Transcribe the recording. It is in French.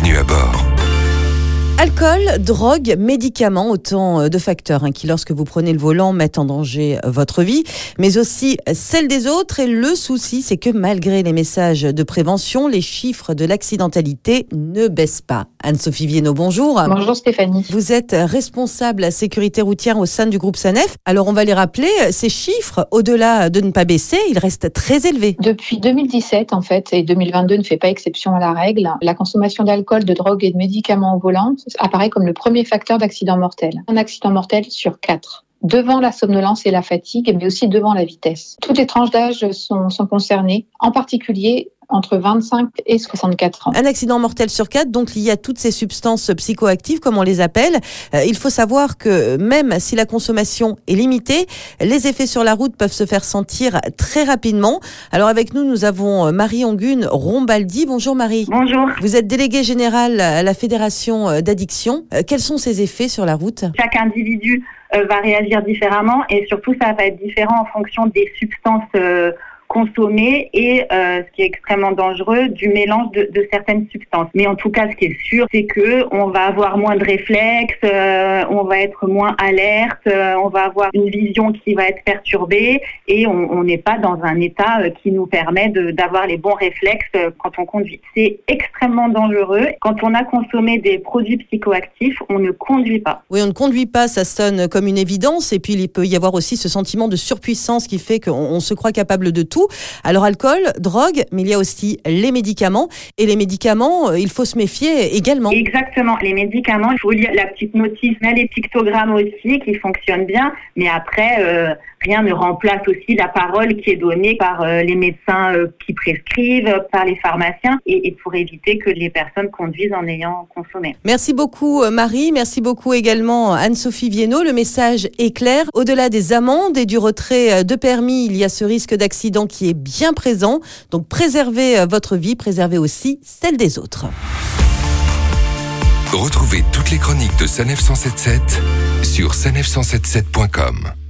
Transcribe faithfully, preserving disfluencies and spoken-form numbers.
Bienvenue à bord. Alcool, drogue, médicaments, autant de facteurs hein, qui, lorsque vous prenez le volant, mettent en danger votre vie, mais aussi celle des autres. Et le souci, c'est que malgré les messages de prévention, les chiffres de l'accidentalité ne baissent pas. Anne-Sophie Viennot, bonjour. Bonjour Stéphanie. Vous êtes responsable à sécurité routière au sein du groupe SANEF. Alors on va les rappeler, ces chiffres, au-delà de ne pas baisser, ils restent très élevés. Depuis deux mille dix-sept, en fait, et deux mille vingt-deux ne fait pas exception à la règle, la consommation d'alcool, de drogue et de médicaments au volant apparaît comme le premier facteur d'accident mortel. Un accident mortel sur quatre. Devant la somnolence et la fatigue, mais aussi devant la vitesse. Toutes les tranches d'âge sont, sont concernées, en particulier entre vingt-cinq et soixante-quatre ans. Un accident mortel sur quatre, donc lié à toutes ces substances psychoactives, comme on les appelle. Euh, il faut savoir que même si la consommation est limitée, les effets sur la route peuvent se faire sentir très rapidement. Alors avec nous, nous avons Marie-Angune Rombaldi. Bonjour Marie. Bonjour. Vous êtes déléguée générale à la Fédération d'addiction. Euh, quels sont ces effets sur la route ? Chaque individu euh, va réagir différemment et surtout ça va être différent en fonction des substances euh, consommer et euh, ce qui est extrêmement dangereux du mélange de, de certaines substances. Mais en tout cas, ce qui est sûr, c'est que on va avoir moins de réflexes, euh, on va être moins alerte, euh, on va avoir une vision qui va être perturbée et on n'est pas dans un état euh, qui nous permet de, d'avoir les bons réflexes euh, quand on conduit. C'est extrêmement dangereux. Quand on a consommé des produits psychoactifs, on ne conduit pas. Oui, on ne conduit pas, ça sonne comme une évidence. Et puis, il peut y avoir aussi ce sentiment de surpuissance qui fait qu'on on se croit capable de tout. Alors alcool, drogue, mais il y a aussi les médicaments. Et les médicaments, il faut se méfier également. Exactement. Les médicaments, il faut lire la petite notice, mais les pictogrammes aussi qui fonctionnent bien. Mais après, euh, rien ne remplace aussi la parole qui est donnée par euh, les médecins euh, qui prescrivent, par les pharmaciens, et, et pour éviter que les personnes conduisent en ayant consommé. Merci beaucoup Marie, merci beaucoup également Anne-Sophie Viennot. Le message est clair. Au-delà des amendes et du retrait de permis, il y a ce risque d'accident qui est bien présent. Donc préservez votre vie, préservez aussi celle des autres. Retrouvez toutes les chroniques de SANEF cent soixante-dix-sept sur sanef cent soixante-dix-sept point com.